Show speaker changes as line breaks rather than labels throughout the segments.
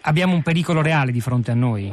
Abbiamo un pericolo reale di fronte a noi?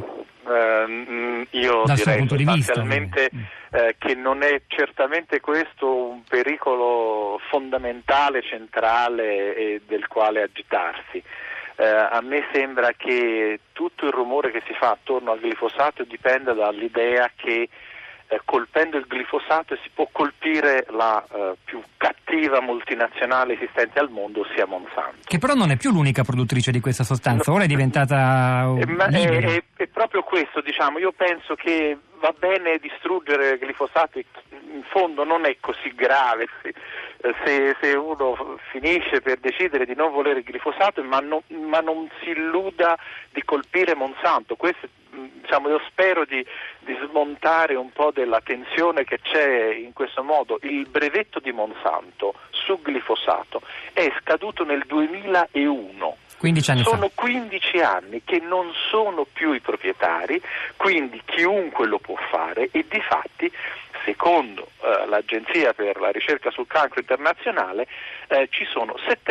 Io
dal suo
direi
punto di vista,
sostanzialmente che non è certamente questo un pericolo fondamentale, centrale e del quale agitarsi. A me sembra che tutto il rumore che si fa attorno al glifosato dipenda dall'idea che colpendo il glifosato si può colpire la più cattiva multinazionale esistente al mondo, ossia Monsanto. Che
però non è più l'unica produttrice di questa sostanza, ora è diventata libera.
È proprio questo, diciamo, io penso che va bene distruggere il glifosato, in fondo non è così grave se uno finisce per decidere di non volere il glifosato, ma non si illuda di colpire Monsanto. Questo, diciamo, io spero di smontare un po' della tensione che c'è in questo modo. Il brevetto di Monsanto su glifosato è scaduto nel 2001.
15 anni
sono 15 anni che non sono più i proprietari, quindi chiunque lo può fare e difatti, secondo l'Agenzia per la ricerca sul cancro internazionale, ci sono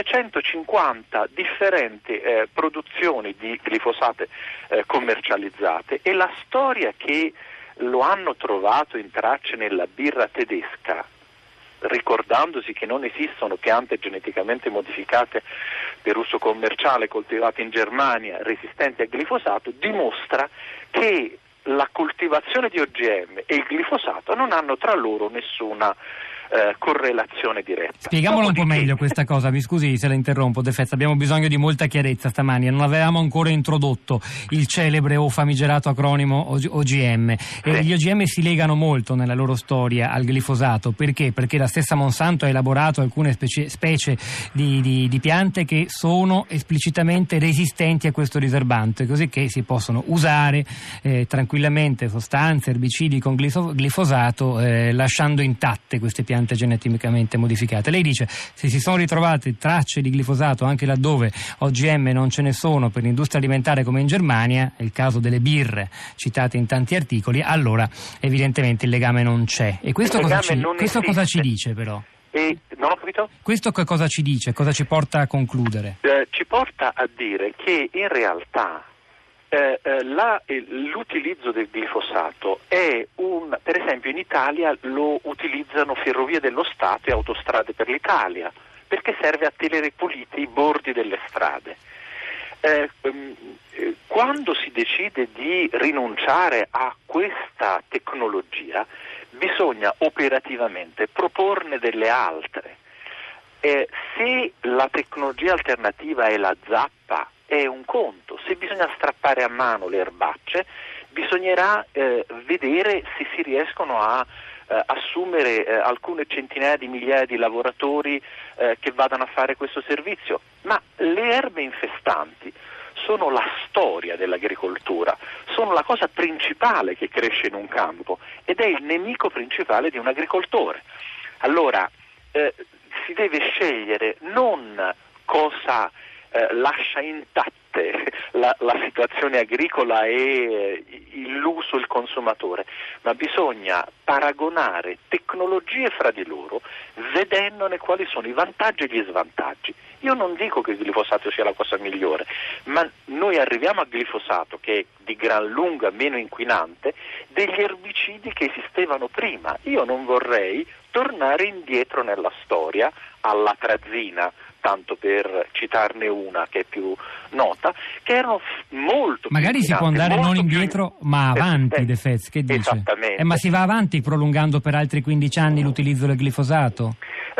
750 differenti produzioni di glifosate commercializzate e la storia che lo hanno trovato in tracce nella birra tedesca, ricordandosi che non esistono piante geneticamente modificate per uso commerciale coltivate in Germania resistenti al glifosato, dimostra che la coltivazione di OGM e il glifosato non hanno tra loro nessuna correlazione diretta.
Spiegamolo un po' meglio questa cosa, mi scusi se la interrompo, De Fez, abbiamo bisogno di molta chiarezza stamani, non avevamo ancora introdotto il celebre o famigerato acronimo OGM.
Sì.
Gli OGM si legano molto nella loro storia al glifosato, perché? Perché la stessa Monsanto ha elaborato alcune specie di piante che sono esplicitamente resistenti a questo riserbante, così che si possono usare tranquillamente sostanze, erbicidi con glifosato, lasciando intatte queste piante geneticamente modificate. Lei dice se si sono ritrovate tracce di glifosato anche laddove OGM non ce ne sono per l'industria alimentare come in Germania, è il caso delle birre citate in tanti articoli, allora evidentemente il legame non c'è. E questo cosa ci dice però?
Non ho capito?
Questo che cosa ci dice? Cosa ci porta a concludere?
Ci porta a dire che in realtà l'utilizzo del glifosato è per esempio in Italia lo utilizzano Ferrovie dello Stato e Autostrade per l'Italia perché serve a tenere puliti i bordi delle strade. Quando si decide di rinunciare a questa tecnologia bisogna operativamente proporne delle altre. Se la tecnologia alternativa è la zappa è un conto, se bisogna strappare a mano le erbacce bisognerà vedere se si riescono a assumere alcune centinaia di migliaia di lavoratori che vadano a fare questo servizio, ma le erbe infestanti sono la storia dell'agricoltura, sono la cosa principale che cresce in un campo ed è il nemico principale di un agricoltore. Allora si deve scegliere non cosa lascia intatte la situazione agricola e illuso il consumatore, ma bisogna paragonare tecnologie fra di loro vedendone quali sono i vantaggi e gli svantaggi. Io non dico che il glifosato sia la cosa migliore, ma noi arriviamo al glifosato che è di gran lunga meno inquinante degli erbicidi che esistevano prima. Io non vorrei tornare indietro nella storia all'atrazina, tanto per citarne una che è più nota, che erano molto
magari
più
si può andare non indietro ma avanti, De Fez, che dice?
Esattamente.
Ma si va avanti prolungando per altri 15 anni l'utilizzo del glifosato?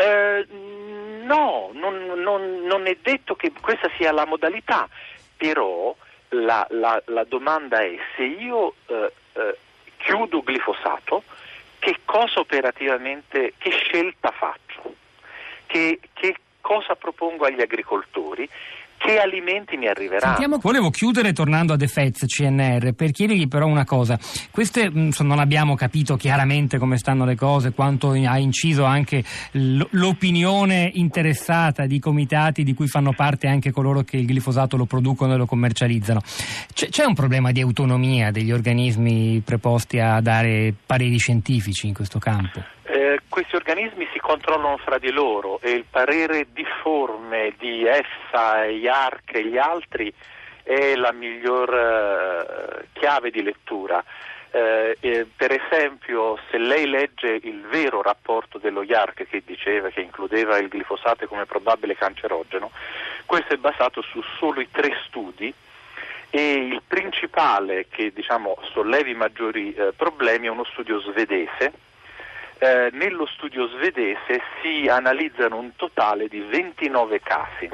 No, non è detto che questa sia la modalità, però la domanda è: se io chiudo glifosato, che cosa operativamente, che scelta faccio? Che cosa propongo agli agricoltori? Che alimenti mi arriveranno?
Volevo chiudere tornando a De Fez, CNR, per chiedergli però una cosa. Queste non abbiamo capito chiaramente come stanno le cose, quanto ha inciso anche l'opinione interessata di comitati di cui fanno parte anche coloro che il glifosato lo producono e lo commercializzano. C'è un problema di autonomia degli organismi preposti a dare pareri scientifici in questo campo?
Questi organismi si controllano fra di loro e il parere difforme di EFSA, IARC e gli altri è la miglior chiave di lettura. Per esempio, se lei legge il vero rapporto dello IARC che diceva che includeva il glifosato come probabile cancerogeno, questo è basato su soli 3 studi e il principale che sollevi maggiori problemi è uno studio svedese. Nello studio svedese si analizzano un totale di 29 casi.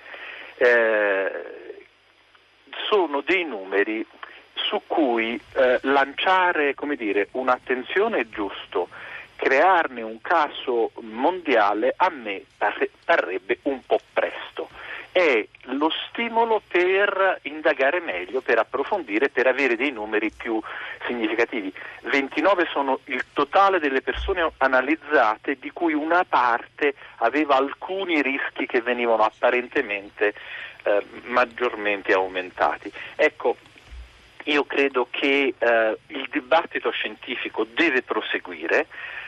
Sono dei numeri su cui lanciare, un'attenzione è giusto, crearne un caso mondiale a me parrebbe un po' presto. È lo stimolo per indagare meglio, per approfondire, per avere dei numeri più significativi. 29 sono il totale delle persone analizzate, di cui una parte aveva alcuni rischi che venivano apparentemente maggiormente aumentati. Ecco, io credo che il dibattito scientifico deve proseguire.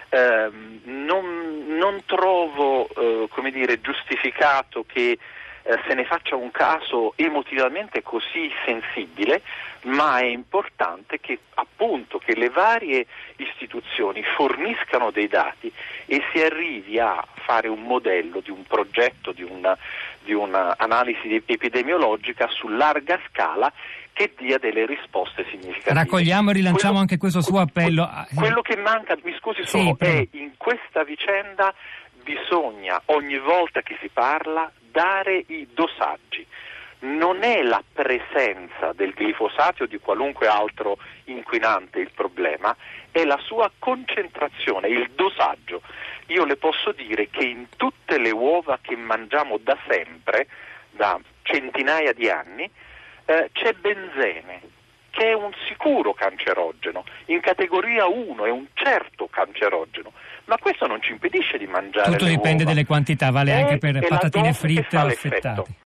Non trovo giustificato che se ne faccia un caso emotivamente così sensibile, ma è importante che le varie istituzioni forniscano dei dati e si arrivi a fare un modello di un progetto, di un'analisi epidemiologica su larga scala che dia delle risposte significative.
Raccogliamo e rilanciamo anche questo suo appello.
Quello che manca, mi scusi solo, è in questa vicenda bisogna ogni volta che si parla dare i dosaggi. Non è la presenza del glifosato o di qualunque altro inquinante il problema, è la sua concentrazione, il dosaggio. Io le posso dire che in tutte le uova che mangiamo da sempre, da centinaia di anni, c'è benzene, che è un sicuro cancerogeno, in categoria 1 è un certo cancerogeno, ma questo non ci impedisce di mangiare
tutto
le
dipende
uova.
dalle quantità, vale anche per patatine fritte o affettate.